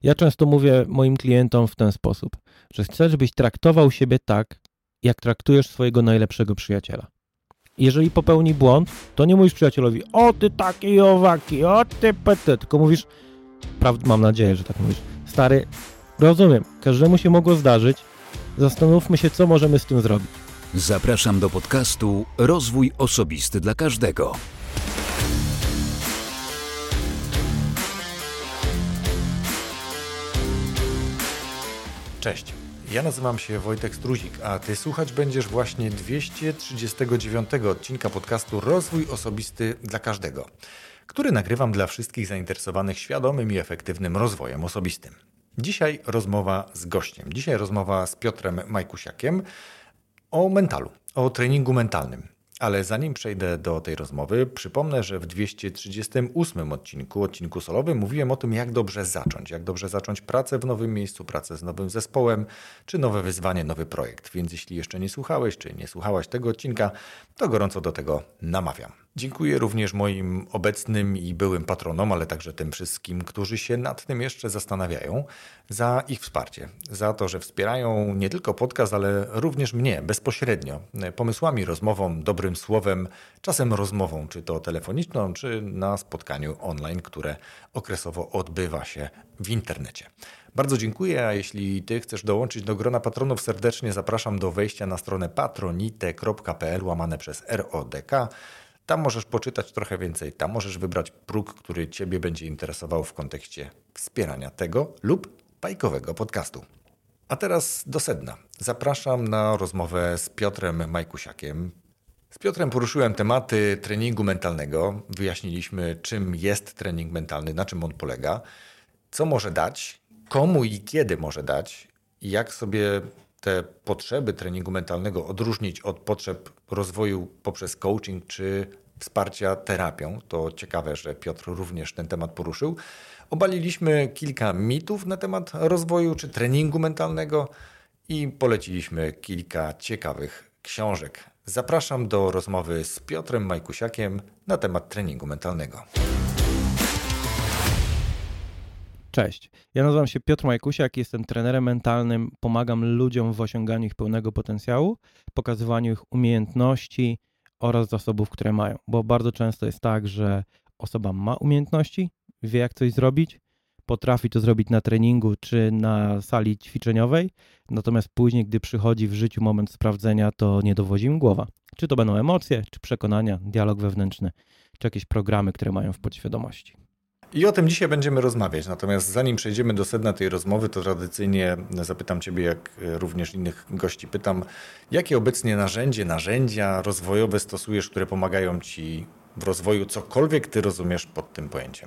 Ja często mówię moim klientom w ten sposób, że chcę, żebyś traktował siebie tak, jak traktujesz swojego najlepszego przyjaciela. Jeżeli popełni błąd, to nie mówisz przyjacielowi, o ty taki i owaki, o ty pety, tylko mówisz, mam nadzieję, że tak mówisz, stary, rozumiem, każdemu się mogło zdarzyć, zastanówmy się, co możemy z tym zrobić. Zapraszam do podcastu Rozwój Osobisty dla Każdego. Cześć, ja nazywam się Wojtek Struzik, a Ty słuchać będziesz właśnie 239 odcinka podcastu Rozwój Osobisty dla Każdego, który nagrywam dla wszystkich zainteresowanych świadomym i efektywnym rozwojem osobistym. Dzisiaj rozmowa z gościem, dzisiaj rozmowa z Piotrem Majkusiakiem o mentalu, o treningu mentalnym. Ale zanim przejdę do tej rozmowy, przypomnę, że w 238 odcinku solowym mówiłem o tym, jak dobrze zacząć pracę w nowym miejscu, pracę z nowym zespołem, czy nowe wyzwanie, nowy projekt. Więc jeśli jeszcze nie słuchałeś, czy nie słuchałaś tego odcinka, to gorąco do tego namawiam. Dziękuję również moim obecnym i byłym patronom, ale także tym wszystkim, którzy się nad tym jeszcze zastanawiają, za ich wsparcie, za to, że wspierają nie tylko podcast, ale również mnie bezpośrednio, pomysłami, rozmową, dobrym słowem, czasem rozmową, czy to telefoniczną, czy na spotkaniu online, które okresowo odbywa się w internecie. Bardzo dziękuję, a jeśli Ty chcesz dołączyć do grona patronów, serdecznie zapraszam do wejścia na stronę patronite.pl/RODK. Tam możesz poczytać trochę więcej, tam możesz wybrać próg, który Ciebie będzie interesował w kontekście wspierania tego lub bajkowego podcastu. A teraz do sedna. Zapraszam na rozmowę z Piotrem Majkusiakiem. Z Piotrem poruszyłem tematy treningu mentalnego. Wyjaśniliśmy, czym jest trening mentalny, na czym on polega, co może dać, komu i kiedy może dać i jak sobie te potrzeby treningu mentalnego odróżnić od potrzeb rozwoju poprzez coaching czy wsparcia terapią. To ciekawe, że Piotr również ten temat poruszył. Obaliliśmy kilka mitów na temat rozwoju czy treningu mentalnego i poleciliśmy kilka ciekawych książek. Zapraszam do rozmowy z Piotrem Majkusiakiem na temat treningu mentalnego. Cześć, ja nazywam się Piotr Majkusiak, jestem trenerem mentalnym, pomagam ludziom w osiąganiu ich pełnego potencjału, pokazywaniu ich umiejętności oraz zasobów, które mają, bo bardzo często jest tak, że osoba ma umiejętności, wie jak coś zrobić, potrafi to zrobić na treningu czy na sali ćwiczeniowej, natomiast później, gdy przychodzi w życiu moment sprawdzenia, to nie dowodzi im głowa. Czy to będą emocje, czy przekonania, dialog wewnętrzny, czy jakieś programy, które mają w podświadomości. I o tym dzisiaj będziemy rozmawiać, natomiast zanim przejdziemy do sedna tej rozmowy, to tradycyjnie zapytam Ciebie, jak również innych gości pytam, jakie obecnie narzędzia rozwojowe stosujesz, które pomagają Ci w rozwoju, cokolwiek Ty rozumiesz pod tym pojęciem?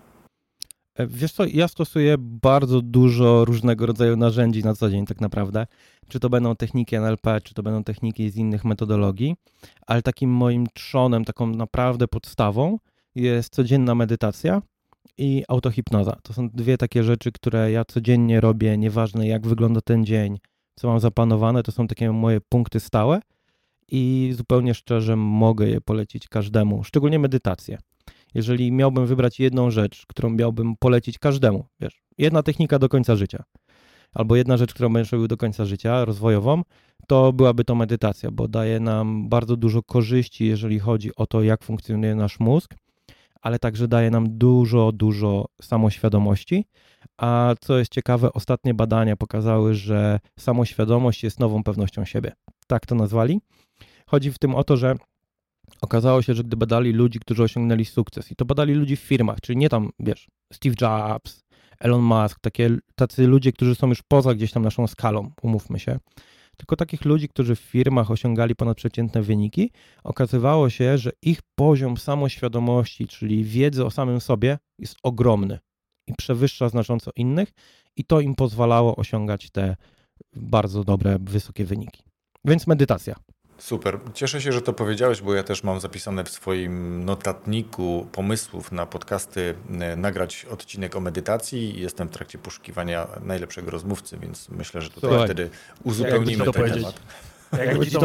Wiesz co, ja stosuję bardzo dużo różnego rodzaju narzędzi na co dzień tak naprawdę. Czy to będą techniki NLP, czy to będą techniki z innych metodologii, ale takim moim trzonem, taką naprawdę podstawą jest codzienna medytacja i autohipnoza. To są dwie takie rzeczy, które ja codziennie robię, nieważne jak wygląda ten dzień, co mam zaplanowane, to są takie moje punkty stałe i zupełnie szczerze mogę je polecić każdemu, szczególnie medytację. Jeżeli miałbym wybrać jedną rzecz, którą miałbym polecić każdemu, wiesz, jedna technika do końca życia, albo jedna rzecz, którą będziesz robił do końca życia, rozwojową, to byłaby to medytacja, bo daje nam bardzo dużo korzyści, jeżeli chodzi o to, jak funkcjonuje nasz mózg, ale także daje nam dużo samoświadomości, a co jest ciekawe, ostatnie badania pokazały, że samoświadomość jest nową pewnością siebie. Tak to nazwali. Chodzi w tym o to, że okazało się, że gdy badali ludzi, którzy osiągnęli sukces i to badali ludzi w firmach, czyli nie tam, wiesz, Steve Jobs, Elon Musk, tacy ludzie, którzy są już poza gdzieś tam naszą skalą, umówmy się, tylko takich ludzi, którzy w firmach osiągali ponadprzeciętne wyniki, okazywało się, że ich poziom samoświadomości, czyli wiedzy o samym sobie jest ogromny i przewyższa znacząco innych i to im pozwalało osiągać te bardzo dobre, wysokie wyniki. Więc medytacja. Super. Cieszę się, że to powiedziałeś, bo ja też mam zapisane w swoim notatniku pomysłów na podcasty nagrać odcinek o medytacji. Jestem w trakcie poszukiwania najlepszego rozmówcy, więc myślę, że tutaj wtedy uzupełnimy ten temat. Jak ci to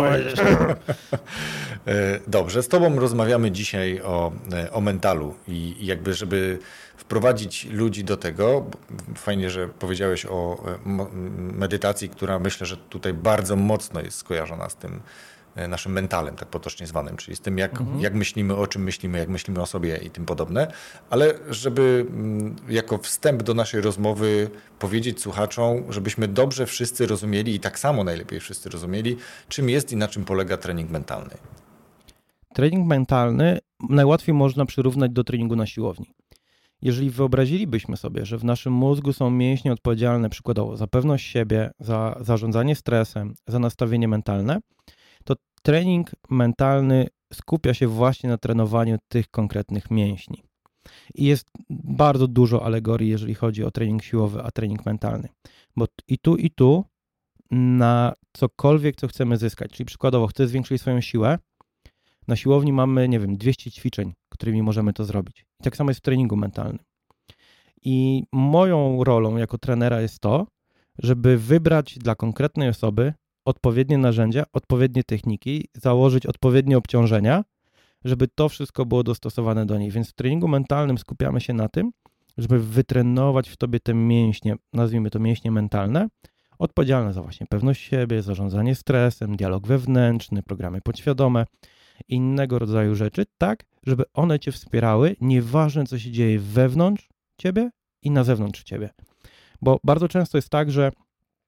Dobrze, z tobą rozmawiamy dzisiaj o mentalu i jakby, żeby wprowadzić ludzi do tego, fajnie, że powiedziałeś o medytacji, która myślę, że tutaj bardzo mocno jest skojarzona z tym naszym mentalem, tak potocznie zwanym, czyli z tym, jak myślimy, o czym myślimy, jak myślimy o sobie i tym podobne, ale żeby jako wstęp do naszej rozmowy powiedzieć słuchaczom, żebyśmy dobrze wszyscy rozumieli i tak samo najlepiej wszyscy rozumieli, czym jest i na czym polega trening mentalny. Trening mentalny najłatwiej można przyrównać do treningu na siłowni. Jeżeli wyobrazilibyśmy sobie, że w naszym mózgu są mięśnie odpowiedzialne przykładowo za pewność siebie, za zarządzanie stresem, za nastawienie mentalne, to trening mentalny skupia się właśnie na trenowaniu tych konkretnych mięśni. I jest bardzo dużo alegorii, jeżeli chodzi o trening siłowy, a trening mentalny. Bo i tu na cokolwiek, co chcemy zyskać, czyli przykładowo chcę zwiększyć swoją siłę, na siłowni mamy, 200 ćwiczeń, którymi możemy to zrobić. I tak samo jest w treningu mentalnym. I moją rolą jako trenera jest to, żeby wybrać dla konkretnej osoby odpowiednie narzędzia, odpowiednie techniki, założyć odpowiednie obciążenia, żeby to wszystko było dostosowane do niej. Więc w treningu mentalnym skupiamy się na tym, żeby wytrenować w tobie te mięśnie, nazwijmy to mięśnie mentalne, odpowiedzialne za właśnie pewność siebie, zarządzanie stresem, dialog wewnętrzny, programy podświadome, innego rodzaju rzeczy, tak, żeby one cię wspierały, nieważne co się dzieje wewnątrz ciebie i na zewnątrz ciebie. Bo bardzo często jest tak, że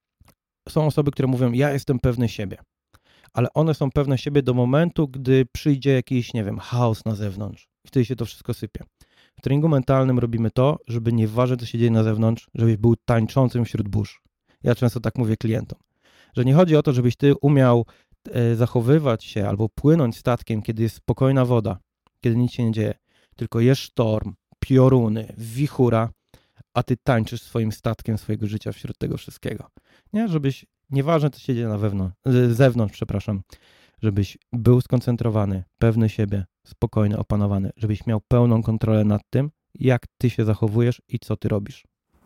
są osoby, które mówią, ja jestem pewny siebie, ale one są pewne siebie do momentu, gdy przyjdzie jakiś, chaos na zewnątrz. Wtedy się to wszystko sypie. W treningu mentalnym robimy to, żeby nieważne co się dzieje na zewnątrz, żebyś był tańczącym wśród burz. Ja często tak mówię klientom, że nie chodzi o to, żebyś ty umiał zachowywać się albo płynąć statkiem, kiedy jest spokojna woda, kiedy nic się nie dzieje, tylko jest sztorm, pioruny, wichura, a ty tańczysz swoim statkiem swojego życia wśród tego wszystkiego. Nie, żebyś, nieważne co się dzieje z zewnątrz, żebyś był skoncentrowany, pewny siebie, spokojny, opanowany, żebyś miał pełną kontrolę nad tym, jak ty się zachowujesz i co ty robisz.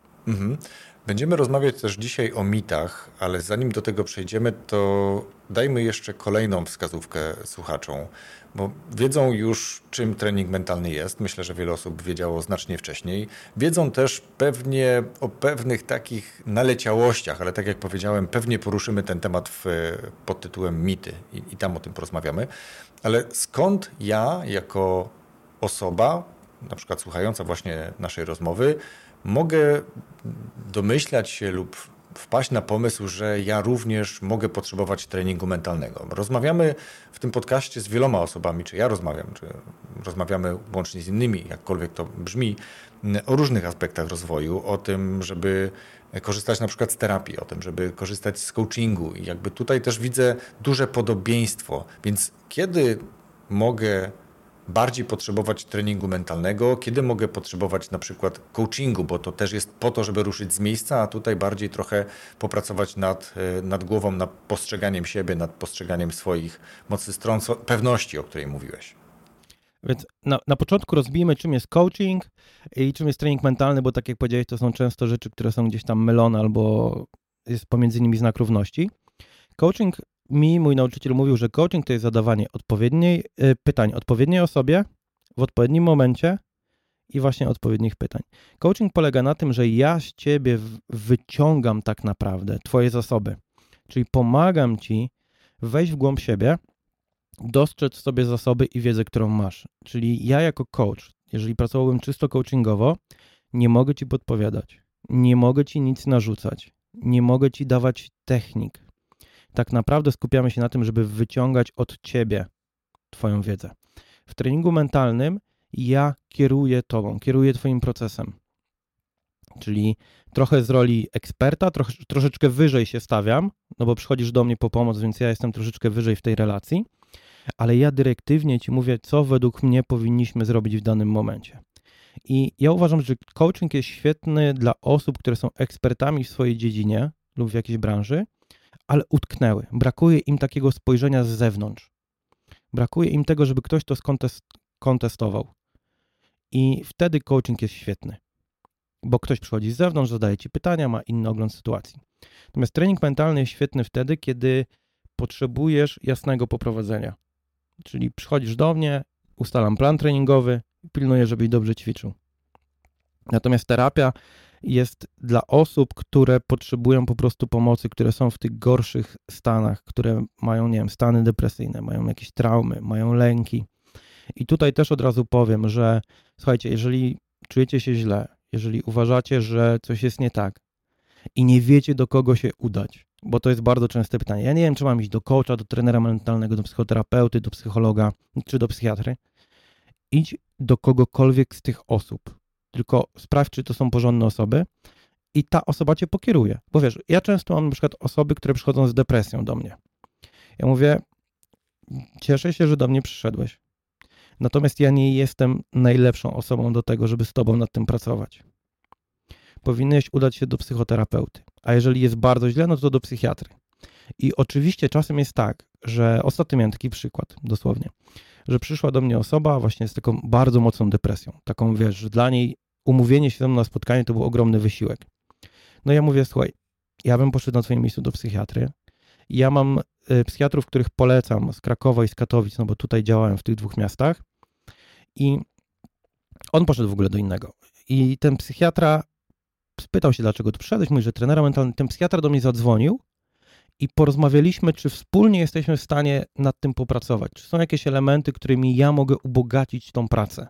Będziemy rozmawiać też dzisiaj o mitach, ale zanim do tego przejdziemy, to dajmy jeszcze kolejną wskazówkę słuchaczom, bo wiedzą już, czym trening mentalny jest. Myślę, że wiele osób wiedziało znacznie wcześniej. Wiedzą też pewnie o pewnych takich naleciałościach, ale tak jak powiedziałem, pewnie poruszymy ten temat pod tytułem mity i tam o tym porozmawiamy. Ale skąd ja jako osoba, na przykład słuchająca właśnie naszej rozmowy, mogę domyślać się lub wpaść na pomysł, że ja również mogę potrzebować treningu mentalnego. Rozmawiamy w tym podcaście z wieloma osobami, czy ja rozmawiam, czy rozmawiamy łącznie z innymi, jakkolwiek to brzmi, o różnych aspektach rozwoju, o tym, żeby korzystać na przykład z terapii, o tym, żeby korzystać z coachingu i jakby tutaj też widzę duże podobieństwo, więc kiedy mogę bardziej potrzebować treningu mentalnego, kiedy mogę potrzebować na przykład coachingu, bo to też jest po to, żeby ruszyć z miejsca, a tutaj bardziej trochę popracować nad głową, nad postrzeganiem siebie, nad postrzeganiem swoich mocnych stron, pewności, o której mówiłeś. Więc na początku rozbijmy, czym jest coaching i czym jest trening mentalny, bo tak jak powiedziałeś, to są często rzeczy, które są gdzieś tam mylone albo jest pomiędzy nimi znak równości. Coaching, mój nauczyciel mówił, że coaching to jest zadawanie pytań odpowiedniej osobie w odpowiednim momencie i właśnie odpowiednich pytań. Coaching polega na tym, że ja z ciebie wyciągam tak naprawdę twoje zasoby, czyli pomagam ci wejść w głąb siebie, dostrzec sobie zasoby i wiedzę, którą masz. Czyli ja jako coach, jeżeli pracowałbym czysto coachingowo, nie mogę ci podpowiadać, nie mogę ci nic narzucać, nie mogę ci dawać technik. Tak naprawdę skupiamy się na tym, żeby wyciągać od ciebie twoją wiedzę. W treningu mentalnym ja kieruję tobą, kieruję twoim procesem. Czyli trochę z roli eksperta, troszeczkę wyżej się stawiam, no bo przychodzisz do mnie po pomoc, więc ja jestem troszeczkę wyżej w tej relacji, ale ja dyrektywnie ci mówię, co według mnie powinniśmy zrobić w danym momencie. I ja uważam, że coaching jest świetny dla osób, które są ekspertami w swojej dziedzinie lub w jakiejś branży, ale utknęły. Brakuje im takiego spojrzenia z zewnątrz. Brakuje im tego, żeby ktoś to skontestował. I wtedy coaching jest świetny. Bo ktoś przychodzi z zewnątrz, zadaje ci pytania, ma inny ogląd sytuacji. Natomiast trening mentalny jest świetny wtedy, kiedy potrzebujesz jasnego poprowadzenia. Czyli przychodzisz do mnie, ustalam plan treningowy, pilnuję, żebyś dobrze ćwiczył. Natomiast terapia jest dla osób, które potrzebują po prostu pomocy, które są w tych gorszych stanach, które mają, nie wiem, stany depresyjne, mają jakieś traumy, mają lęki. I tutaj też od razu powiem, że słuchajcie, jeżeli czujecie się źle, jeżeli uważacie, że coś jest nie tak i nie wiecie, do kogo się udać, bo to jest bardzo częste pytanie. Ja nie wiem, czy mam iść do coacha, do trenera mentalnego, do psychoterapeuty, do psychologa czy do psychiatry. Idź do kogokolwiek z tych osób. Tylko sprawdź, czy to są porządne osoby i ta osoba cię pokieruje. Bo wiesz, ja często mam na przykład osoby, które przychodzą z depresją do mnie. Ja mówię, cieszę się, że do mnie przyszedłeś. Natomiast ja nie jestem najlepszą osobą do tego, żeby z tobą nad tym pracować. Powinieneś udać się do psychoterapeuty. A jeżeli jest bardzo źle, no to do psychiatry. I oczywiście czasem jest tak, że ostatnio miałem taki przykład, dosłownie, że przyszła do mnie osoba właśnie z taką bardzo mocną depresją. Taką, wiesz, że dla niej umówienie się ze mną na spotkanie to był ogromny wysiłek. No ja mówię, słuchaj, ja bym poszedł na twoim miejscu do psychiatry. Ja mam psychiatrów, których polecam z Krakowa i z Katowic, no bo tutaj działałem w tych dwóch miastach i on poszedł w ogóle do innego. I ten psychiatra spytał się, dlaczego tu przyszedłeś, mówi, że trenera mentalnego. Ten psychiatra do mnie zadzwonił i porozmawialiśmy, czy wspólnie jesteśmy w stanie nad tym popracować. Czy są jakieś elementy, którymi ja mogę ubogacić tą pracę.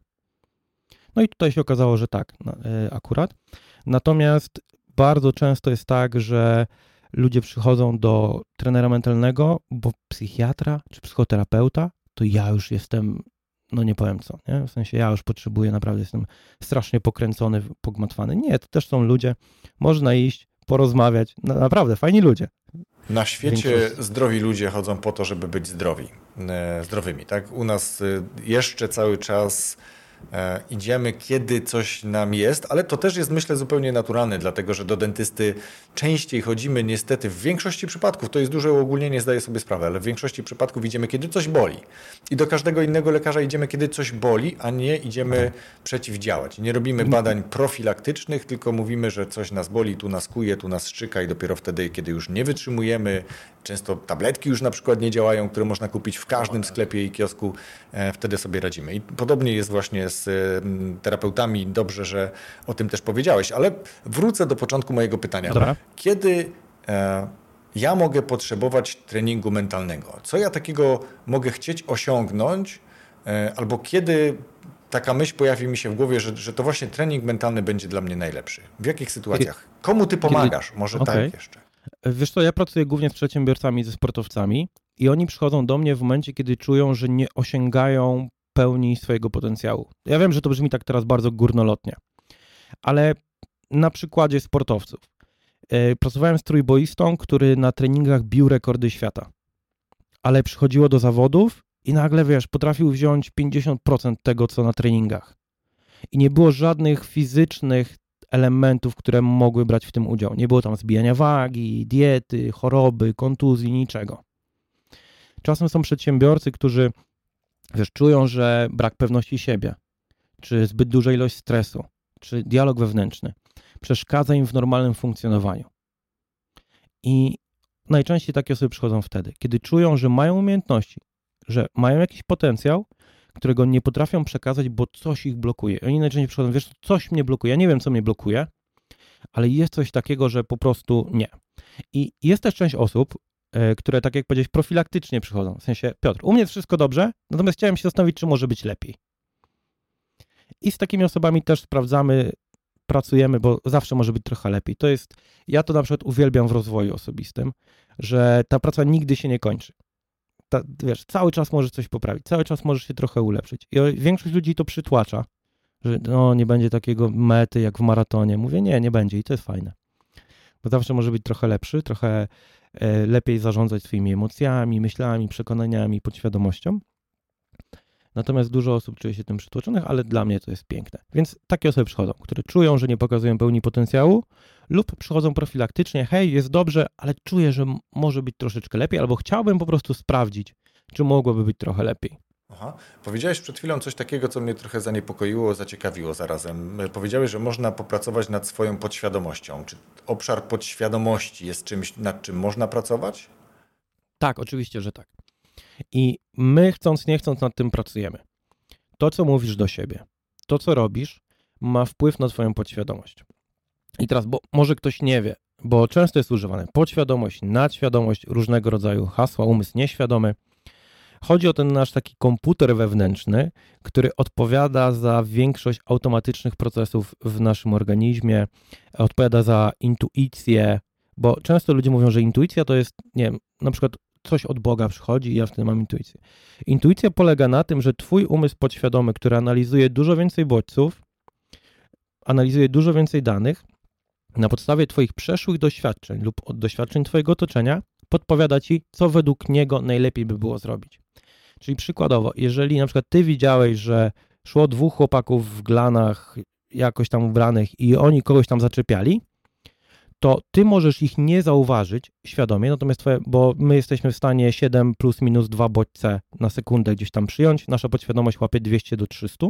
No i tutaj się okazało, że tak, akurat. Natomiast bardzo często jest tak, że ludzie przychodzą do trenera mentalnego, bo psychiatra czy psychoterapeuta, to ja już jestem, no nie powiem co, nie? W sensie ja już potrzebuję, naprawdę jestem strasznie pokręcony, pogmatwany. Nie, to też są ludzie, można iść, porozmawiać, naprawdę fajni ludzie. Na świecie zdrowi ludzie chodzą po to, żeby być zdrowymi. Tak? U nas jeszcze cały czas idziemy, kiedy coś nam jest, ale to też jest, myślę, zupełnie naturalne, dlatego że do dentysty częściej chodzimy niestety w większości przypadków, to jest duże uogólnienie, zdaję sobie sprawę, ale w większości przypadków idziemy, kiedy coś boli. I do każdego innego lekarza idziemy, kiedy coś boli, a nie idziemy przeciwdziałać. Nie robimy badań profilaktycznych, tylko mówimy, że coś nas boli, tu nas kuje, tu nas szczyka i dopiero wtedy, kiedy już nie wytrzymujemy, często tabletki już na przykład nie działają, które można kupić w każdym sklepie i kiosku, wtedy sobie radzimy. I podobnie jest właśnie z terapeutami. Dobrze, że o tym też powiedziałeś, ale wrócę do początku mojego pytania. Dobra. Kiedy ja mogę potrzebować treningu mentalnego? Co ja takiego mogę chcieć osiągnąć? Albo kiedy taka myśl pojawi mi się w głowie, że to właśnie trening mentalny będzie dla mnie najlepszy? W jakich sytuacjach? Komu ty pomagasz? Może tak jeszcze. Wiesz co, ja pracuję głównie z przedsiębiorcami, ze sportowcami i oni przychodzą do mnie w momencie, kiedy czują, że nie osiągają pełni swojego potencjału. Ja wiem, że to brzmi tak teraz bardzo górnolotnie, ale na przykładzie sportowców. Pracowałem z trójboistą, który na treningach bił rekordy świata, ale przychodziło do zawodów i nagle, wiesz, potrafił wziąć 50% tego, co na treningach. I nie było żadnych fizycznych elementów, które mogły brać w tym udział. Nie było tam zbijania wagi, diety, choroby, kontuzji, niczego. Czasem są przedsiębiorcy, którzy, wiesz, czują, że brak pewności siebie, czy zbyt duża ilość stresu, czy dialog wewnętrzny przeszkadza im w normalnym funkcjonowaniu. I najczęściej takie osoby przychodzą wtedy, kiedy czują, że mają umiejętności, że mają jakiś potencjał, którego nie potrafią przekazać, bo coś ich blokuje. Oni najczęściej przychodzą, wiesz, coś mnie blokuje, ja nie wiem, co mnie blokuje, ale jest coś takiego, że po prostu nie. I jest też część osób, które, tak jak powiedziałeś, profilaktycznie przychodzą. W sensie, Piotr, u mnie jest wszystko dobrze, natomiast chciałem się zastanowić, czy może być lepiej. I z takimi osobami też sprawdzamy, pracujemy, bo zawsze może być trochę lepiej. Ja to na przykład uwielbiam w rozwoju osobistym, że ta praca nigdy się nie kończy. Wiesz, cały czas możesz coś poprawić, cały czas możesz się trochę ulepszyć. I większość ludzi to przytłacza, że no, nie będzie takiego mety jak w maratonie. Mówię, nie będzie i to jest fajne. Bo zawsze może być trochę lepszy, trochę lepiej zarządzać swoimi emocjami, myślami, przekonaniami, podświadomością. Natomiast dużo osób czuje się tym przytłoczonych, ale dla mnie to jest piękne. Więc takie osoby przychodzą, które czują, że nie pokazują pełni potencjału lub przychodzą profilaktycznie, hej, jest dobrze, ale czuję, że może być troszeczkę lepiej, albo chciałbym po prostu sprawdzić, czy mogłoby być trochę lepiej. Aha. Powiedziałeś przed chwilą coś takiego, co mnie trochę zaniepokoiło, zaciekawiło zarazem. Powiedziałeś, że można popracować nad swoją podświadomością. Czy obszar podświadomości jest czymś, nad czym można pracować? Tak, oczywiście, że tak. I my chcąc, nie chcąc nad tym pracujemy. To, co mówisz do siebie, to, co robisz, ma wpływ na twoją podświadomość. I teraz, bo może ktoś nie wie, bo często jest używane podświadomość, nadświadomość, różnego rodzaju hasła, umysł nieświadomy. Chodzi o ten nasz taki komputer wewnętrzny, który odpowiada za większość automatycznych procesów w naszym organizmie, odpowiada za intuicję, bo często ludzie mówią, że intuicja to jest, nie wiem, na przykład coś od Boga przychodzi i ja wtedy mam intuicję. Intuicja polega na tym, że twój umysł podświadomy, który analizuje dużo więcej bodźców, analizuje dużo więcej danych, na podstawie twoich przeszłych doświadczeń lub od doświadczeń twojego otoczenia podpowiada ci, co według niego najlepiej by było zrobić. Czyli przykładowo, jeżeli na przykład ty widziałeś, że szło 2 chłopaków w glanach jakoś tam ubranych i oni kogoś tam zaczepiali, to ty możesz ich nie zauważyć świadomie, natomiast bo my jesteśmy w stanie 7 plus minus 2 bodźce na sekundę gdzieś tam przyjąć, nasza podświadomość łapie 200 do 300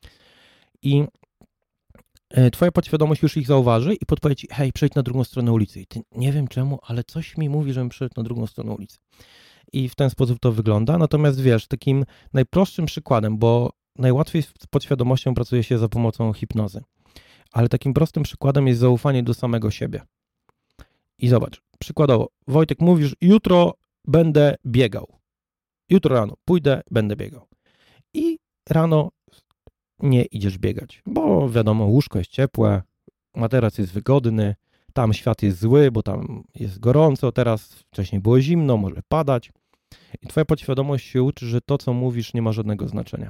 i twoja podświadomość już ich zauważy i podpowie ci, hej, przejdź na drugą stronę ulicy. I ty, nie wiem czemu, ale coś mi mówi, żebym przeszedł na drugą stronę ulicy. I w ten sposób to wygląda. Natomiast wiesz, takim najprostszym przykładem, bo najłatwiej z podświadomością pracuje się za pomocą hipnozy, ale takim prostym przykładem jest zaufanie do samego siebie. I zobacz, przykładowo, Wojtek, mówisz, jutro będę biegał. Jutro rano pójdę, będę biegał. I rano nie idziesz biegać, bo wiadomo, łóżko jest ciepłe, materac jest wygodny, tam świat jest zły, bo tam jest gorąco, teraz wcześniej było zimno, może padać. I twoja podświadomość się uczy, że to, co mówisz, nie ma żadnego znaczenia.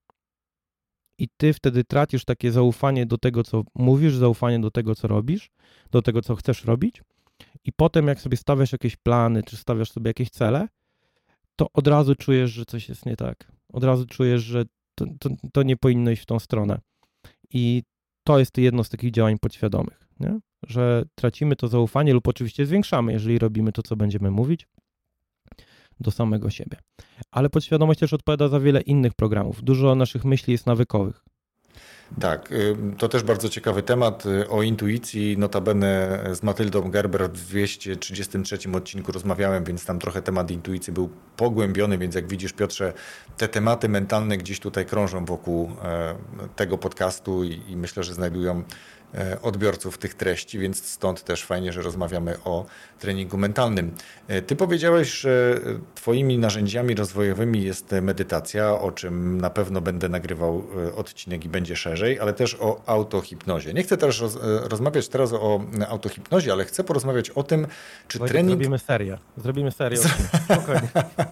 I ty wtedy tracisz takie zaufanie do tego, co mówisz, zaufanie do tego, co robisz, do tego, co chcesz robić. I potem, jak sobie stawiasz jakieś plany, czy stawiasz sobie jakieś cele, to od razu czujesz, że coś jest nie tak. Od razu czujesz, że to nie powinno iść w tą stronę. I to jest jedno z takich działań podświadomych, nie? Że tracimy to zaufanie lub oczywiście zwiększamy, jeżeli robimy to, co będziemy mówić, do samego siebie. Ale podświadomość też odpowiada za wiele innych programów. Dużo naszych myśli jest nawykowych. Tak, to też bardzo ciekawy temat. O intuicji notabene z Matyldą Gerber w 233 odcinku rozmawiałem, więc tam trochę temat intuicji był pogłębiony, więc jak widzisz, Piotrze, te tematy mentalne gdzieś tutaj krążą wokół tego podcastu i myślę, że znajdują odbiorców tych treści, więc stąd też fajnie, że rozmawiamy o treningu mentalnym. Ty powiedziałeś, że twoimi narzędziami rozwojowymi jest medytacja, o czym na pewno będę nagrywał odcinek i będzie szerzej, ale też o autohipnozie. Nie chcę też rozmawiać teraz o autohipnozie, ale chcę porozmawiać o tym, czy trening... Zrobimy serię. Spokojnie.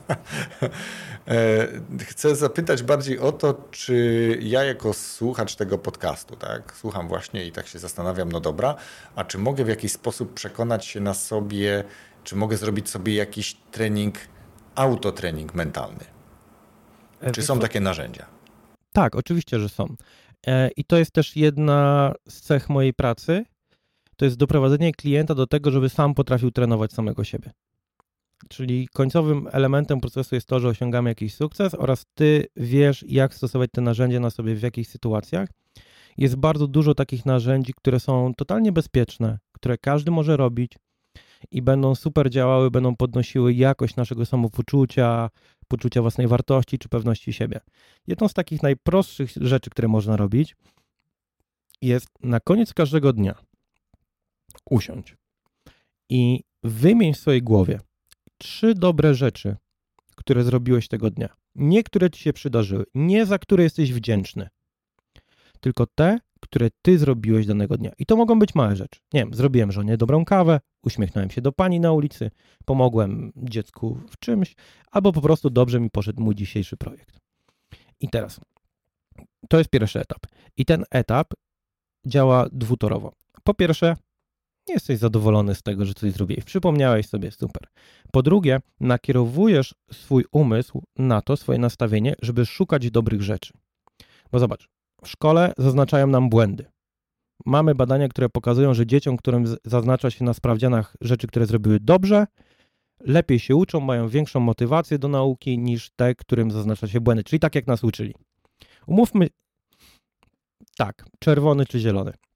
Chcę zapytać bardziej o to, czy ja jako słuchacz tego podcastu, tak, słucham właśnie i tak się zastanawiam, no dobra, a czy mogę w jakiś sposób przekonać się na sobie, czy mogę zrobić sobie jakiś autotrening mentalny? Czy są takie narzędzia? Tak, oczywiście, że są. I to jest też jedna z cech mojej pracy, to jest doprowadzenie klienta do tego, żeby sam potrafił trenować samego siebie. Czyli końcowym elementem procesu jest to, że osiągamy jakiś sukces oraz ty wiesz, jak stosować te narzędzia na sobie w jakich sytuacjach. Jest bardzo dużo takich narzędzi, które są totalnie bezpieczne, które każdy może robić i będą super działały, będą podnosiły jakość naszego samopoczucia, poczucia własnej wartości czy pewności siebie. Jedną z takich najprostszych rzeczy, które można robić, jest na koniec każdego dnia usiądź i wymień w swojej głowie 3 dobre rzeczy, które zrobiłeś tego dnia. Nie, które ci się przydarzyły, nie za które jesteś wdzięczny, tylko te, które ty zrobiłeś danego dnia. I to mogą być małe rzeczy. Nie wiem, zrobiłem żonie dobrą kawę, uśmiechnąłem się do pani na ulicy, pomogłem dziecku w czymś, albo po prostu dobrze mi poszedł mój dzisiejszy projekt. I teraz, to jest pierwszy etap. I ten etap działa dwutorowo. Po pierwsze, jesteś zadowolony z tego, że coś zrobiłeś. Przypomniałeś sobie, super. Po drugie, nakierowujesz swój umysł na to, swoje nastawienie, żeby szukać dobrych rzeczy. Bo zobacz, w szkole zaznaczają nam błędy. Mamy badania, które pokazują, że dzieciom, którym zaznacza się na sprawdzianach rzeczy, które zrobiły dobrze, lepiej się uczą, mają większą motywację do nauki niż te, którym zaznacza się błędy. Czyli tak, jak nas uczyli. Umówmy, tak, czerwony czy zielony.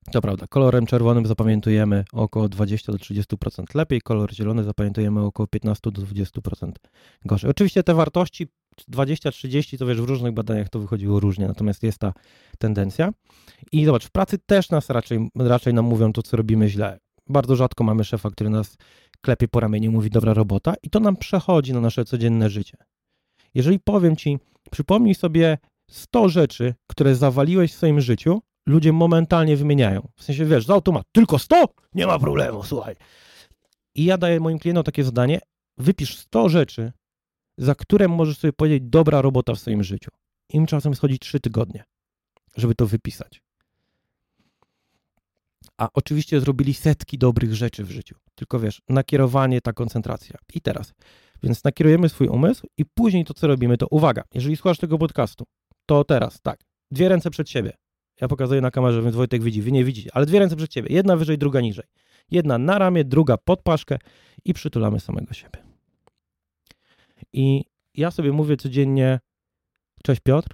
To prawda, kolorem czerwonym zapamiętujemy około 20 do 30% lepiej, kolor zielony zapamiętujemy około 15 do 20% gorzej. Oczywiście te wartości 20-30 to wiesz, w różnych badaniach to wychodziło różnie, natomiast jest ta tendencja. I zobacz, w pracy też nas raczej nam mówią to, co robimy źle. Bardzo rzadko mamy szefa, który nas klepie po ramieniu i mówi dobra robota i to nam przechodzi na nasze codzienne życie. Jeżeli powiem ci, przypomnij sobie 100 rzeczy, które zawaliłeś w swoim życiu, ludzie momentalnie wymieniają. W sensie, wiesz, z automatu, tylko 100? Nie ma problemu, słuchaj. I ja daję moim klientom takie zadanie, wypisz 100 rzeczy, za które możesz sobie powiedzieć dobra robota w swoim życiu. Im czasem schodzi 3 tygodnie, żeby to wypisać. A oczywiście zrobili setki dobrych rzeczy w życiu. Tylko wiesz, nakierowanie, ta koncentracja. I teraz. Więc nakierujemy swój umysł i później to, co robimy, to uwaga, jeżeli słuchasz tego podcastu, to teraz, tak, 2 ręce przed siebie. Ja pokazuję na kamerze, więc Wojtek widzi, wy nie widzicie, ale 2 ręce przed siebie. Jedna wyżej, druga niżej. Jedna na ramię, druga pod paszkę i przytulamy samego siebie. I ja sobie mówię codziennie, cześć Piotr,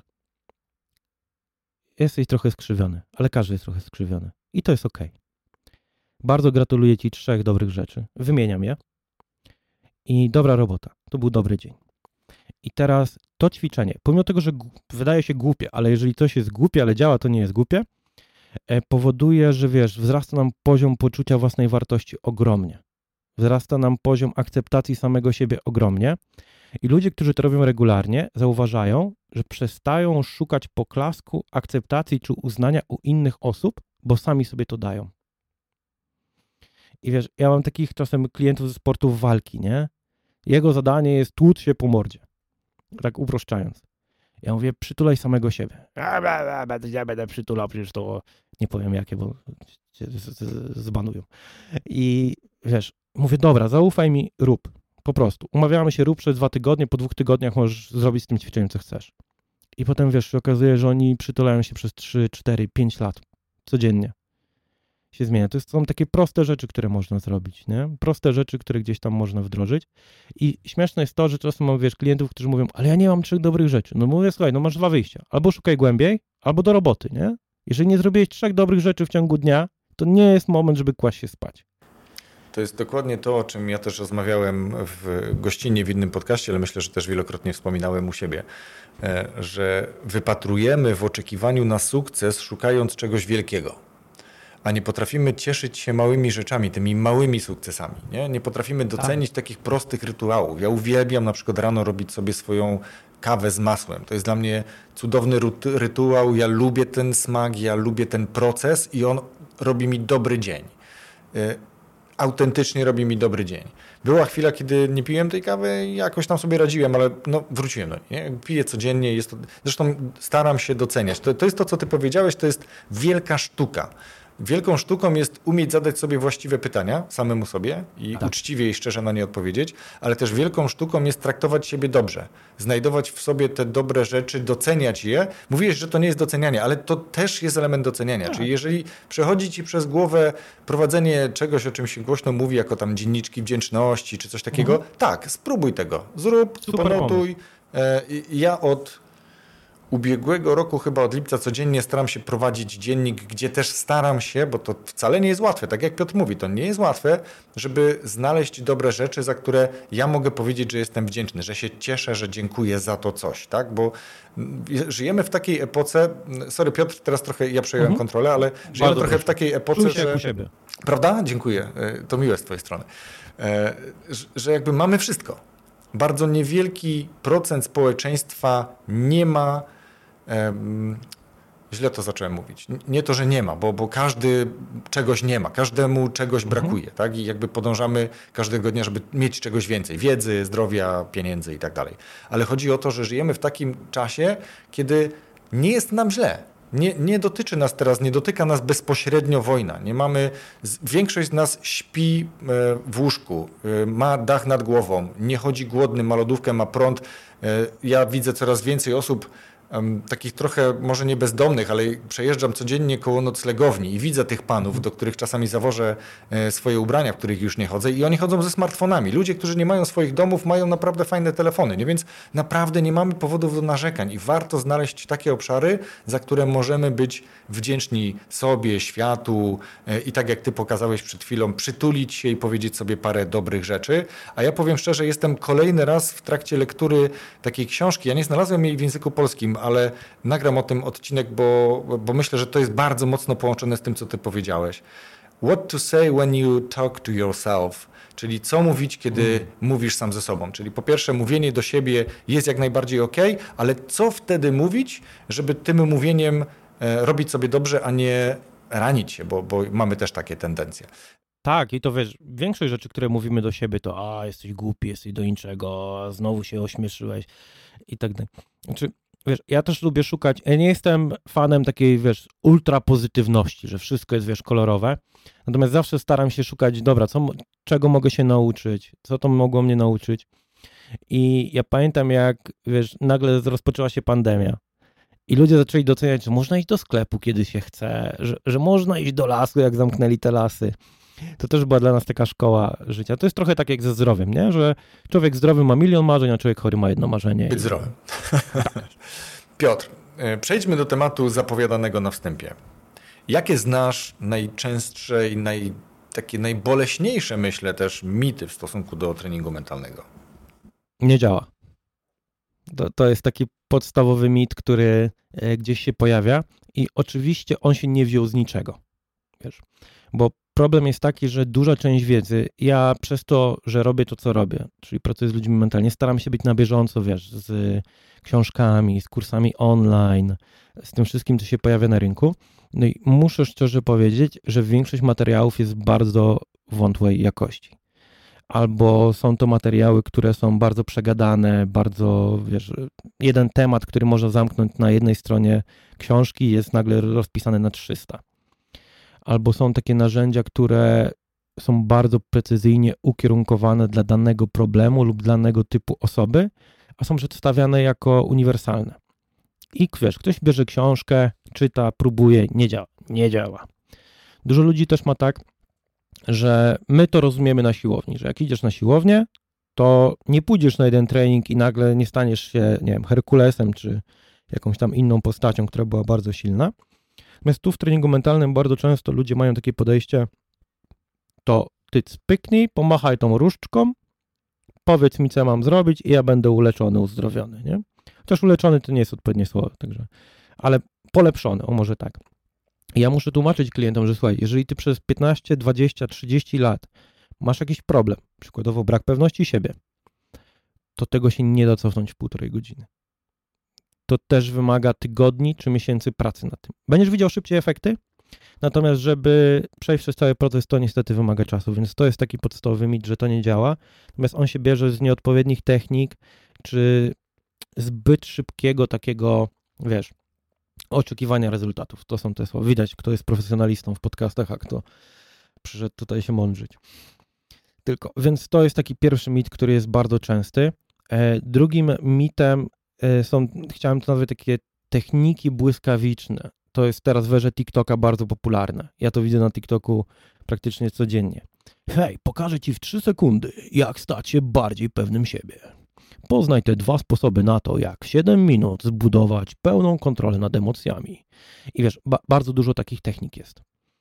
jesteś trochę skrzywiony, ale każdy jest trochę skrzywiony. I to jest okej. Bardzo gratuluję ci 3 dobrych rzeczy. Wymieniam je. I dobra robota. To był dobry dzień. I teraz to ćwiczenie, pomimo tego, że wydaje się głupie, ale jeżeli coś jest głupie, ale działa, to nie jest głupie, powoduje, że wiesz, wzrasta nam poziom poczucia własnej wartości ogromnie. Wzrasta nam poziom akceptacji samego siebie ogromnie. I ludzie, którzy to robią regularnie, zauważają, że przestają szukać poklasku, akceptacji czy uznania u innych osób, bo sami sobie to dają. I wiesz, ja mam takich czasem klientów ze sportów walki, nie? Jego zadanie jest tłuc się po mordzie. Tak uproszczając. Ja mówię, przytulaj samego siebie. Ja będę przytulał, przecież to nie powiem jakie, bo cię zbanują. I wiesz, mówię, dobra, zaufaj mi, rób. Po prostu. Umawiamy się, rób przez 2 tygodnie, po 2 tygodniach możesz zrobić z tym ćwiczeniem, co chcesz. I potem, wiesz, się okazuje, że oni przytulają się przez 3, 4, 5 lat. Codziennie się zmienia. To są takie proste rzeczy, które można zrobić, nie? Proste rzeczy, które gdzieś tam można wdrożyć. I śmieszne jest to, że czasem mam, wiesz, klientów, którzy mówią, ale ja nie mam 3 dobrych rzeczy. No mówię, słuchaj, no masz 2 wyjścia. Albo szukaj głębiej, albo do roboty, nie? Jeżeli nie zrobiłeś 3 dobrych rzeczy w ciągu dnia, to nie jest moment, żeby kłaść się spać. To jest dokładnie to, o czym ja też rozmawiałem gościnnie w innym podcaście, ale myślę, że też wielokrotnie wspominałem u siebie, że wypatrujemy w oczekiwaniu na sukces, szukając czegoś wielkiego, a nie potrafimy cieszyć się małymi rzeczami, tymi małymi sukcesami. Nie potrafimy docenić takich prostych rytuałów. Ja uwielbiam na przykład rano robić sobie swoją kawę z masłem. To jest dla mnie cudowny rytuał. Ja lubię ten smak, ja lubię ten proces i on robi mi dobry dzień. Autentycznie robi mi dobry dzień. Była chwila, kiedy nie piłem tej kawy i jakoś tam sobie radziłem, ale no, wróciłem do niej. Piję codziennie, jest to, zresztą staram się doceniać. To jest to, co ty powiedziałeś, to jest wielka sztuka. Wielką sztuką jest umieć zadać sobie właściwe pytania samemu sobie i uczciwie i szczerze na nie odpowiedzieć, ale też wielką sztuką jest traktować siebie dobrze, znajdować w sobie te dobre rzeczy, doceniać je. Mówiłeś, że to nie jest docenianie, ale to też jest element doceniania. Czyli jeżeli przechodzi ci przez głowę prowadzenie czegoś, o czym się głośno mówi, jako tam dzienniczki wdzięczności czy coś takiego, tak, spróbuj tego, zrób, ponotuj. Ja od ubiegłego roku, chyba od lipca codziennie staram się prowadzić dziennik, gdzie też staram się, bo to wcale nie jest łatwe, tak jak Piotr mówi, to nie jest łatwe, żeby znaleźć dobre rzeczy, za które ja mogę powiedzieć, że jestem wdzięczny, że się cieszę, że dziękuję za to coś, tak? Bo żyjemy w takiej epoce, sorry Piotr, teraz trochę ja przejąłem kontrolę, ale żyjemy trochę w takiej epoce, że... siebie. Prawda? Dziękuję, to miłe z twojej strony. Że jakby mamy wszystko. Bardzo niewielki procent społeczeństwa nie ma. Źle to zacząłem mówić. Nie to, że nie ma, bo każdy czegoś nie ma, każdemu czegoś brakuje, tak? I jakby podążamy każdego dnia, żeby mieć czegoś więcej, wiedzy, zdrowia, pieniędzy i tak dalej. Ale chodzi o to, że żyjemy w takim czasie, kiedy nie jest nam źle. Nie dotyczy nas teraz, nie dotyka nas bezpośrednio wojna. Większość z nas śpi w łóżku, ma dach nad głową, nie chodzi głodny, ma lodówkę, ma prąd. Ja widzę coraz więcej osób takich trochę, może nie bezdomnych, ale przejeżdżam codziennie koło noclegowni i widzę tych panów, do których czasami zawożę swoje ubrania, w których już nie chodzę i oni chodzą ze smartfonami. Ludzie, którzy nie mają swoich domów, mają naprawdę fajne telefony, nie? Więc naprawdę nie mamy powodów do narzekań i warto znaleźć takie obszary, za które możemy być wdzięczni sobie, światu i tak jak ty pokazałeś przed chwilą, przytulić się i powiedzieć sobie parę dobrych rzeczy. A ja powiem szczerze, jestem kolejny raz w trakcie lektury takiej książki. Ja nie znalazłem jej w języku polskim, ale nagram o tym odcinek, bo myślę, że to jest bardzo mocno połączone z tym, co ty powiedziałeś. What to say when you talk to yourself, czyli co mówić, kiedy mówisz sam ze sobą. Czyli po pierwsze mówienie do siebie jest jak najbardziej okej, ale co wtedy mówić, żeby tym mówieniem robić sobie dobrze, a nie ranić się, bo mamy też takie tendencje. Tak, i to wiesz, większość rzeczy, które mówimy do siebie, to jesteś głupi, jesteś do niczego, znowu się ośmieszyłeś i tak dalej. Znaczy, wiesz, ja też lubię szukać, ja nie jestem fanem takiej, wiesz, ultra pozytywności, że wszystko jest, wiesz, kolorowe, natomiast zawsze staram się szukać, dobra, czego mogę się nauczyć, co to mogło mnie nauczyć. I ja pamiętam, jak, wiesz, nagle rozpoczęła się pandemia i ludzie zaczęli doceniać, że można iść do sklepu, kiedy się chce, że można iść do lasu, jak zamknęli te lasy. To też była dla nas taka szkoła życia. To jest trochę tak jak ze zdrowiem, nie? Że człowiek zdrowy ma milion marzeń, a człowiek chory ma jedno marzenie. Być zdrowym. Piotr, przejdźmy do tematu zapowiadanego na wstępie. Jakie znasz najczęstsze i takie najboleśniejsze, myślę, też mity w stosunku do treningu mentalnego? Nie działa. To jest taki podstawowy mit, który gdzieś się pojawia i oczywiście on się nie wziął z niczego. Wiesz? Bo problem jest taki, że duża część wiedzy, ja przez to, że robię to, co robię, czyli pracuję z ludźmi mentalnie, staram się być na bieżąco, wiesz, z książkami, z kursami online, z tym wszystkim, co się pojawia na rynku. No i muszę szczerze powiedzieć, że większość materiałów jest bardzo wątłej jakości. Albo są to materiały, które są bardzo przegadane, bardzo, wiesz, jeden temat, który można zamknąć na jednej stronie książki, jest nagle rozpisany na 300. Albo są takie narzędzia, które są bardzo precyzyjnie ukierunkowane dla danego problemu lub danego typu osoby, a są przedstawiane jako uniwersalne. I wiesz, ktoś bierze książkę, czyta, próbuje, nie działa. Dużo ludzi też ma tak, że my to rozumiemy na siłowni, że jak idziesz na siłownię, to nie pójdziesz na jeden trening i nagle nie staniesz się, nie wiem, Herkulesem czy jakąś tam inną postacią, która była bardzo silna. Natomiast tu w treningu mentalnym bardzo często ludzie mają takie podejście, to ty spyknij, pomachaj tą różdżką, powiedz mi, co ja mam zrobić i ja będę uleczony, uzdrowiony, nie? Chociaż uleczony to nie jest odpowiednie słowo, także, ale polepszony, o może tak. I ja muszę tłumaczyć klientom, że słuchaj, jeżeli ty przez 15, 20, 30 lat masz jakiś problem, przykładowo brak pewności siebie, to tego się nie da cofnąć w 1,5 godziny. To też wymaga tygodni czy miesięcy pracy nad tym. Będziesz widział szybciej efekty, natomiast żeby przejść przez cały proces, to niestety wymaga czasu, więc to jest taki podstawowy mit, że to nie działa. Natomiast on się bierze z nieodpowiednich technik, czy zbyt szybkiego takiego, wiesz, oczekiwania rezultatów. To są te słowa. Widać, kto jest profesjonalistą w podcastach, a kto przyszedł tutaj się mądrzyć. Więc to jest taki pierwszy mit, który jest bardzo częsty. Drugim mitem chciałem to nazwać takie techniki błyskawiczne. To jest teraz w erze TikToka bardzo popularne. Ja to widzę na TikToku praktycznie codziennie. Hej, pokażę ci w 3 sekundy, jak stać się bardziej pewnym siebie. Poznaj te 2 sposoby na to, jak w 7 minut zbudować pełną kontrolę nad emocjami. I wiesz, bardzo dużo takich technik jest.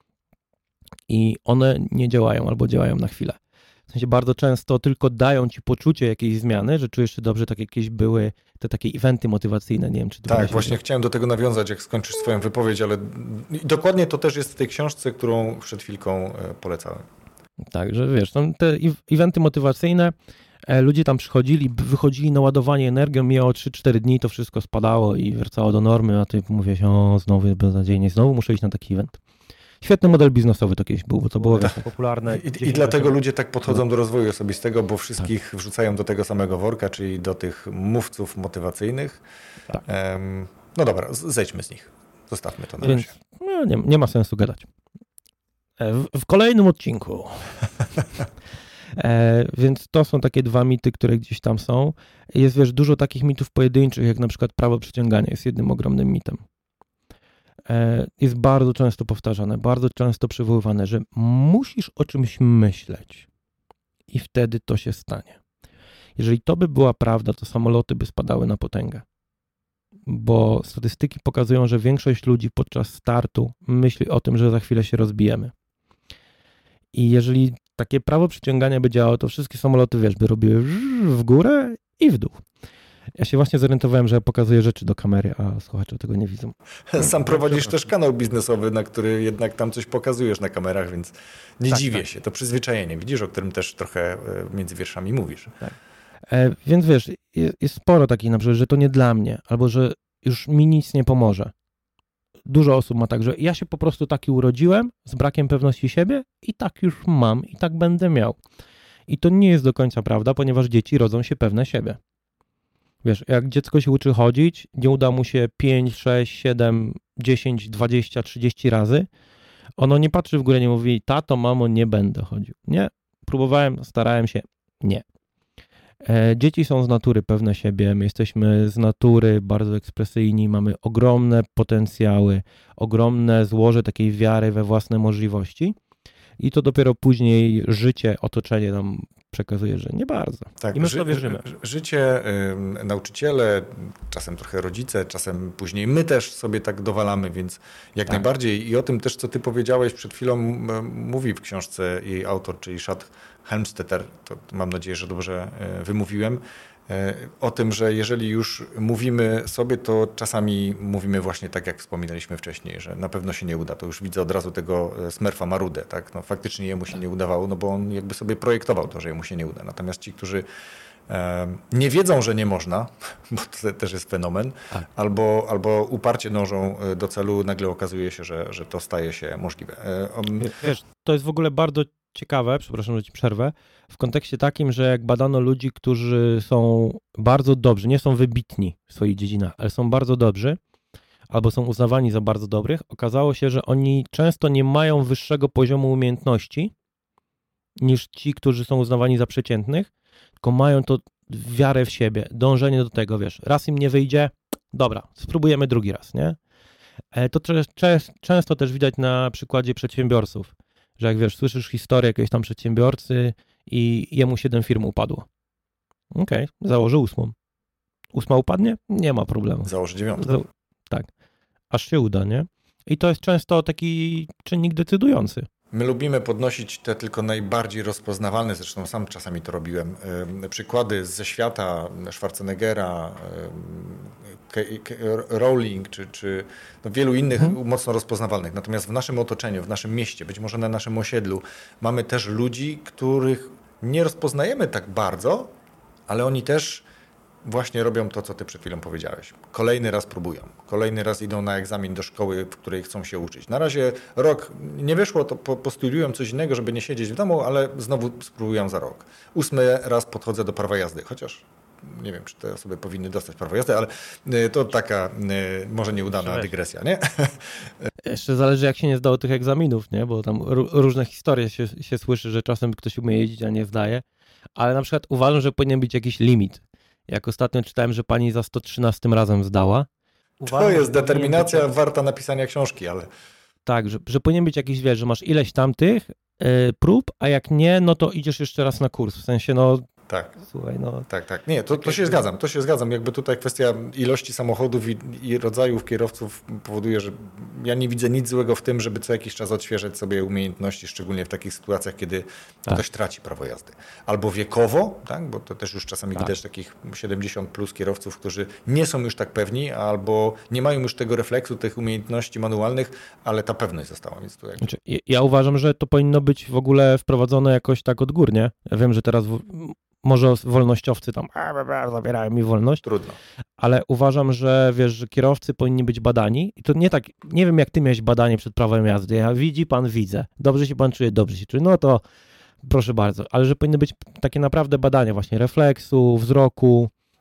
I one nie działają albo działają na chwilę. W sensie bardzo często tylko dają ci poczucie jakiejś zmiany, że czujesz się dobrze, tak jakieś były te takie eventy motywacyjne, nie wiem, czy... Tak, właśnie chciałem do tego nawiązać, jak skończysz swoją wypowiedź, ale dokładnie to też jest w tej książce, którą przed chwilką polecałem. Tak, że wiesz, te eventy motywacyjne, ludzie tam przychodzili, wychodzili naładowani energią, mijało 3-4 dni, to wszystko spadało i wracało do normy, a ty mówisz, znowu jest beznadziejnie, znowu muszę iść na taki event. Świetny model biznesowy to kiedyś był, bo to było popularne. I dlatego ludzie tak podchodzą do rozwoju osobistego, bo wszystkich wrzucają do tego samego worka, czyli do tych mówców motywacyjnych. Tak. No dobra, zejdźmy z nich. Zostawmy to na razie. Nie ma sensu gadać. W kolejnym odcinku Więc to są takie dwa mity, które gdzieś tam są. Jest, wiesz, dużo takich mitów pojedynczych, jak na przykład prawo przyciągania jest jednym ogromnym mitem. Jest bardzo często powtarzane, bardzo często przywoływane, że musisz o czymś myśleć i wtedy to się stanie. Jeżeli to by była prawda, to samoloty by spadały na potęgę. Bo statystyki pokazują, że większość ludzi podczas startu myśli o tym, że za chwilę się rozbijemy. I jeżeli takie prawo przyciągania by działało, to wszystkie samoloty, wiesz, by robiły w górę i w dół. Ja się właśnie zorientowałem, że pokazuję rzeczy do kamery, a słuchacze tego nie widzą. Sam prowadzisz też kanał biznesowy, na który jednak tam coś pokazujesz na kamerach, więc nie dziwię się. To przyzwyczajenie, widzisz, o którym też trochę między wierszami mówisz. Tak. Więc wiesz, jest sporo takich na przykład, że to nie dla mnie, albo że już mi nic nie pomoże. Dużo osób ma tak, że ja się po prostu taki urodziłem, z brakiem pewności siebie i tak już mam i tak będę miał. I to nie jest do końca prawda, ponieważ dzieci rodzą się pewne siebie. Wiesz, jak dziecko się uczy chodzić, nie uda mu się 5, 6, 7, 10, 20, 30 razy, ono nie patrzy w górę, nie mówi, tato, mamo, nie będę chodził. Nie, próbowałem, starałem się, nie. Dzieci są z natury pewne siebie, my jesteśmy z natury bardzo ekspresyjni, mamy ogromne potencjały, ogromne złoże takiej wiary we własne możliwości i to dopiero później życie, otoczenie nam przekazuje, że nie bardzo. Tak, i my w to wierzymy. Życie, nauczyciele, czasem trochę rodzice, czasem później my też sobie tak dowalamy, więc jak najbardziej. I o tym też, co ty powiedziałeś przed chwilą, mówi w książce jej autor, czyli Chad Helmstetter, to mam nadzieję, że dobrze wymówiłem, o tym, że jeżeli już mówimy sobie, to czasami mówimy właśnie tak, jak wspominaliśmy wcześniej, że na pewno się nie uda. To już widzę od razu tego Smurfa Marudę, tak? No, faktycznie jemu się nie udawało, no bo on jakby sobie projektował to, że jemu się nie uda. Natomiast ci, którzy nie wiedzą, że nie można, bo to też jest fenomen, albo uparcie dążą do celu, nagle okazuje się, że to staje się możliwe. Wiesz, to jest w ogóle bardzo ciekawe, przepraszam, że ci przerwę, w kontekście takim, że jak badano ludzi, którzy są bardzo dobrzy, nie są wybitni w swoich dziedzinach, ale są bardzo dobrzy, albo są uznawani za bardzo dobrych, okazało się, że oni często nie mają wyższego poziomu umiejętności niż ci, którzy są uznawani za przeciętnych, tylko mają to wiarę w siebie, dążenie do tego, wiesz, raz im nie wyjdzie, dobra, spróbujemy drugi raz, nie? To często też widać na przykładzie przedsiębiorców, że jak wiesz, słyszysz historię jakiegoś tam przedsiębiorcy i jemu 7 firm upadło. Okej, założy 8. 8 upadnie? Nie ma problemu. Założy 9. Tak, aż się uda, nie? I to jest często taki czynnik decydujący. My lubimy podnosić te tylko najbardziej rozpoznawalne, zresztą sam czasami to robiłem, przykłady ze świata Schwarzeneggera, Rowling czy wielu innych mocno rozpoznawalnych. Natomiast w naszym otoczeniu, w naszym mieście, być może na naszym osiedlu mamy też ludzi, których nie rozpoznajemy tak bardzo, ale oni też właśnie robią to, co ty przed chwilą powiedziałeś. Kolejny raz próbują. Kolejny raz idą na egzamin do szkoły, w której chcą się uczyć. Na razie rok nie wyszło, to postudiują coś innego, żeby nie siedzieć w domu, ale znowu spróbują za rok. 8 raz podchodzę do prawa jazdy, chociaż nie wiem, czy te osoby powinny dostać prawo jazdy, ale to taka może nieudana dygresja, nie? Jeszcze zależy, jak się nie zdało tych egzaminów, nie? Bo tam różne historie się słyszy, że czasem ktoś umie jeździć, a nie zdaje. Ale na przykład uważam, że powinien być jakiś limit. Jak ostatnio czytałem, że pani za 113 razem zdała. To jest determinacja warta napisania książki, ale... Tak, że powinien być jakiś, wiesz, że masz ileś tamtych prób, a jak nie, no to idziesz jeszcze raz na kurs. W sensie, no... Tak. Słuchaj, no... Tak. Nie, to się zgadzam. Jakby tutaj kwestia ilości samochodów i rodzajów kierowców powoduje, że ja nie widzę nic złego w tym, żeby co jakiś czas odświeżać sobie umiejętności, szczególnie w takich sytuacjach, kiedy ktoś traci prawo jazdy. Albo wiekowo, tak? Bo to też już czasami widać takich 70 plus kierowców, którzy nie są już tak pewni, albo nie mają już tego refleksu, tych umiejętności manualnych, ale ta pewność została. Więc tu Znaczy, ja uważam, że to powinno być w ogóle wprowadzone jakoś tak odgórnie. Ja wiem, że teraz może wolnościowcy tam zabierają mi wolność. Trudno. Ale uważam, że wiesz, że kierowcy powinni być badani i to nie tak, nie wiem jak ty miałeś badanie przed prawem jazdy, widzi pan, widzę, dobrze się pan czuje, dobrze się czuje, no to proszę bardzo, ale że powinny być takie naprawdę badania właśnie refleksu, wzroku,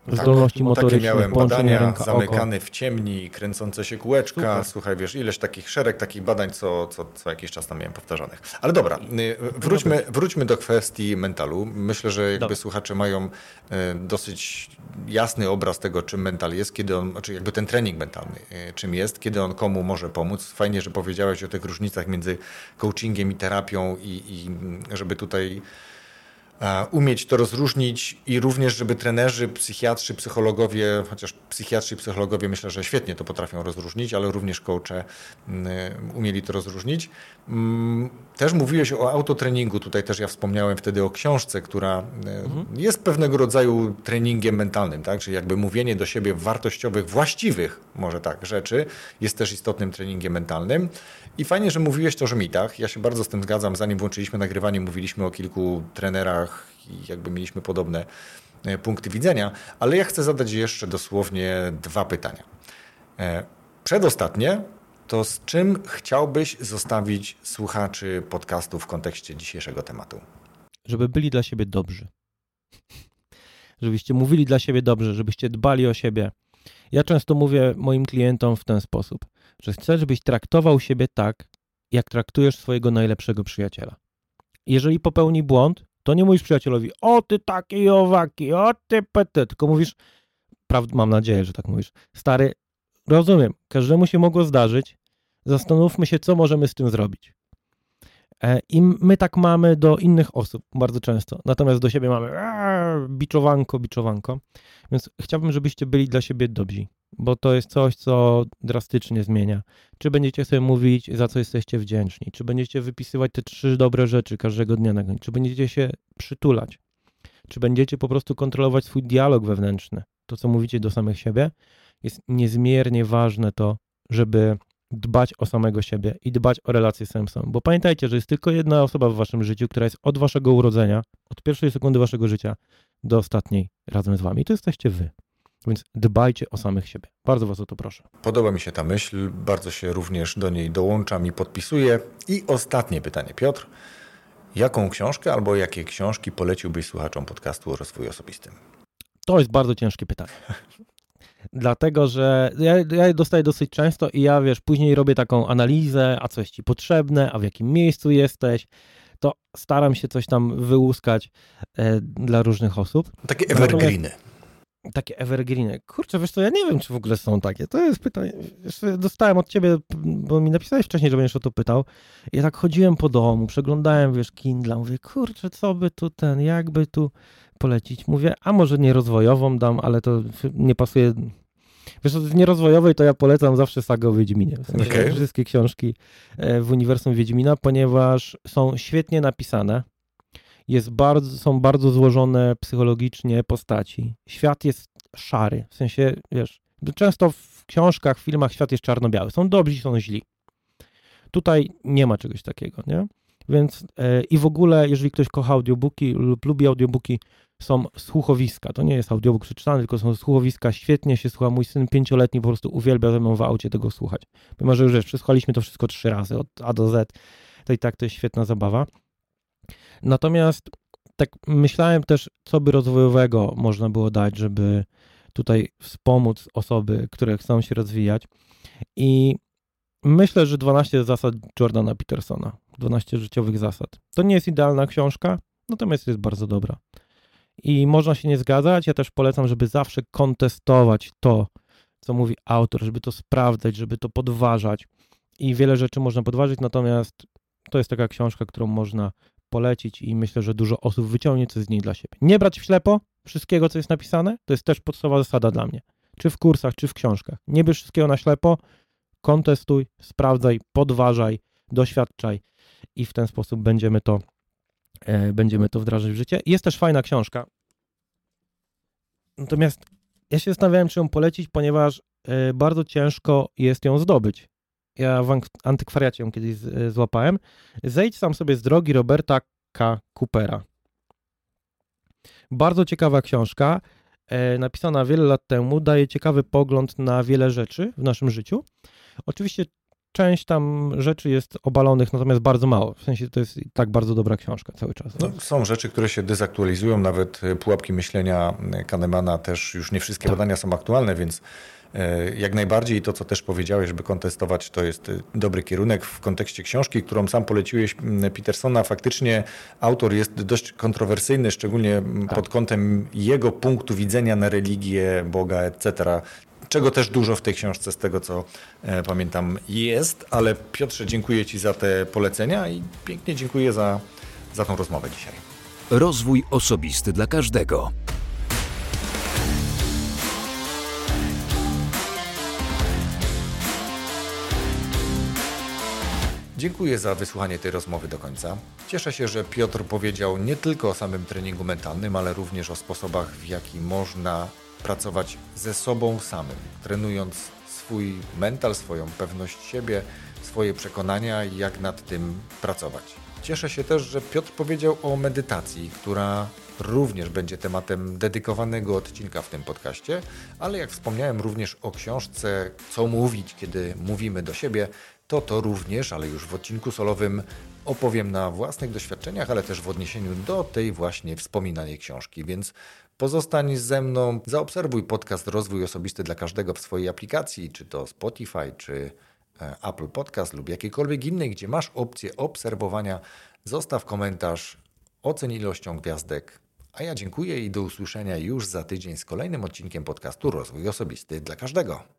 zdolności motoryczne, takie miałem połączenie badania, ręka, zamykany oko. w ciemni, kręcące się kółeczka. Super. Słuchaj, wiesz, ileś takich szereg takich badań, co jakiś czas tam miałem powtarzanych. Ale dobra, wróćmy do kwestii mentalu. Myślę, że jakby słuchacze mają dosyć jasny obraz tego, czym mental jest, kiedy on, znaczy jakby ten trening mentalny, czym jest, kiedy on komu może pomóc. Fajnie, że powiedziałeś o tych różnicach między coachingiem i terapią i żeby tutaj umieć to rozróżnić i również, żeby trenerzy, psychiatrzy, psychologowie, chociaż psychiatrzy i psychologowie myślę, że świetnie to potrafią rozróżnić, ale również coache umieli to rozróżnić. Też mówiłeś o autotreningu, tutaj też ja wspomniałem wtedy o książce, która jest pewnego rodzaju treningiem mentalnym, tak? Czyli jakby mówienie do siebie wartościowych, właściwych może tak rzeczy jest też istotnym treningiem mentalnym. I fajnie, że mówiłeś też o mitach. Ja się bardzo z tym zgadzam. Zanim włączyliśmy nagrywanie, mówiliśmy o kilku trenerach i jakby mieliśmy podobne punkty widzenia, ale ja chcę zadać jeszcze dosłownie 2 pytania. Przedostatnie, to z czym chciałbyś zostawić słuchaczy podcastu w kontekście dzisiejszego tematu? Żeby byli dla siebie dobrzy. Żebyście mówili dla siebie dobrze, żebyście dbali o siebie. Ja często mówię moim klientom w ten sposób, że chcę, żebyś traktował siebie tak, jak traktujesz swojego najlepszego przyjaciela. Jeżeli popełni błąd, to nie mówisz przyjacielowi, o ty taki i owaki, o ty pety, tylko mówisz, mam nadzieję, że tak mówisz, stary, rozumiem, każdemu się mogło zdarzyć, zastanówmy się, co możemy z tym zrobić. I my tak mamy do innych osób bardzo często, natomiast do siebie mamy biczowanko, więc chciałbym, żebyście byli dla siebie dobrzy, bo to jest coś, co drastycznie zmienia. Czy będziecie sobie mówić, za co jesteście wdzięczni, czy będziecie wypisywać te 3 dobre rzeczy każdego dnia na koniec, czy będziecie się przytulać, czy będziecie po prostu kontrolować swój dialog wewnętrzny, to co mówicie do samych siebie, jest niezmiernie ważne to, żeby dbać o samego siebie i dbać o relacje z samym sobą. Bo pamiętajcie, że jest tylko jedna osoba w waszym życiu, która jest od waszego urodzenia, od pierwszej sekundy waszego życia do ostatniej razem z wami. I to jesteście wy. Więc dbajcie o samych siebie. Bardzo was o to proszę. Podoba mi się ta myśl, bardzo się również do niej dołączam i podpisuję. I ostatnie pytanie, Piotr. Jaką książkę albo jakie książki poleciłbyś słuchaczom podcastu o rozwoju osobistym? To jest bardzo ciężkie pytanie. Dlatego, że ja je dostaję dosyć często i ja, później robię taką analizę, a co jest ci potrzebne, a w jakim miejscu jesteś, to staram się coś tam wyłuskać dla różnych osób. Takie evergreeny. Takie evergreeny. Kurczę, wiesz co, ja nie wiem, czy w ogóle są takie. To jest pytanie. Dostałem od ciebie, bo mi napisałeś wcześniej, że będziesz o to pytał. Ja tak chodziłem po domu, przeglądałem, Kindle, mówię, kurczę, co by tu jakby tu polecić. Mówię, a może nie rozwojową dam, ale to nie pasuje. Wiesz, z nierozwojowej to ja polecam zawsze sagę o Wiedźminie. W sensie wszystkie książki w uniwersum Wiedźmina, ponieważ są świetnie napisane. Są bardzo złożone psychologicznie postaci. Świat jest szary. W sensie, często w książkach, filmach świat jest czarno-biały. Są dobrzy, są źli. Tutaj nie ma czegoś takiego, nie? Więc i w ogóle, jeżeli ktoś kocha audiobooki lub lubi audiobooki, są słuchowiska. To nie jest audiobook przeczytany, tylko są słuchowiska. Świetnie się słucha. Mój syn 5-letni po prostu uwielbia ze mną w aucie tego słuchać. Mimo że już przesłuchaliśmy to wszystko 3 razy, od A do Z. To i tak to jest świetna zabawa. Natomiast tak myślałem też, co by rozwojowego można było dać, żeby tutaj wspomóc osoby, które chcą się rozwijać. I myślę, że 12 zasad Jordana Petersona, 12 życiowych zasad. To nie jest idealna książka, natomiast jest bardzo dobra. I można się nie zgadzać, ja też polecam, żeby zawsze kontestować to, co mówi autor, żeby to sprawdzać, żeby to podważać. I wiele rzeczy można podważyć, natomiast to jest taka książka, którą można polecić i myślę, że dużo osób wyciągnie coś z niej dla siebie. Nie brać w ślepo wszystkiego, co jest napisane, to jest też podstawowa zasada dla mnie. Czy w kursach, czy w książkach. Nie bierz wszystkiego na ślepo, kontestuj, sprawdzaj, podważaj, doświadczaj i w ten sposób będziemy to wdrażać w życie. Jest też fajna książka. Natomiast ja się zastanawiałem, czy ją polecić, ponieważ bardzo ciężko jest ją zdobyć. Ja w antykwariacie ją kiedyś złapałem. Zejdź sam sobie z drogi Roberta K. Coopera. Bardzo ciekawa książka, napisana wiele lat temu, daje ciekawy pogląd na wiele rzeczy w naszym życiu. Oczywiście część tam rzeczy jest obalonych, natomiast bardzo mało. W sensie to jest i tak bardzo dobra książka cały czas. No, są rzeczy, które się dezaktualizują, nawet pułapki myślenia Kahnemana też już nie wszystkie badania są aktualne, więc jak najbardziej to, co też powiedziałeś, żeby kontestować, to jest dobry kierunek w kontekście książki, którą sam poleciłeś, Petersona. Faktycznie autor jest dość kontrowersyjny, szczególnie pod kątem jego punktu widzenia na religię, Boga, etc., czego też dużo w tej książce, z tego co pamiętam, jest. Ale Piotrze, dziękuję Ci za te polecenia i pięknie dziękuję za tą rozmowę dzisiaj. Rozwój osobisty dla każdego. Dziękuję za wysłuchanie tej rozmowy do końca. Cieszę się, że Piotr powiedział nie tylko o samym treningu mentalnym, ale również o sposobach, w jaki można pracować ze sobą samym, trenując swój mental, swoją pewność siebie, swoje przekonania i jak nad tym pracować. Cieszę się też, że Piotr powiedział o medytacji, która również będzie tematem dedykowanego odcinka w tym podcaście, ale jak wspomniałem również o książce Co mówić, kiedy mówimy do siebie, to również, ale już w odcinku solowym opowiem na własnych doświadczeniach, ale też w odniesieniu do tej właśnie wspominanej książki, więc pozostań ze mną, zaobserwuj podcast Rozwój Osobisty dla Każdego w swojej aplikacji, czy to Spotify, czy Apple Podcast lub jakiejkolwiek innej, gdzie masz opcję obserwowania. Zostaw komentarz, oceń ilością gwiazdek, a ja dziękuję i do usłyszenia już za tydzień z kolejnym odcinkiem podcastu Rozwój Osobisty dla Każdego.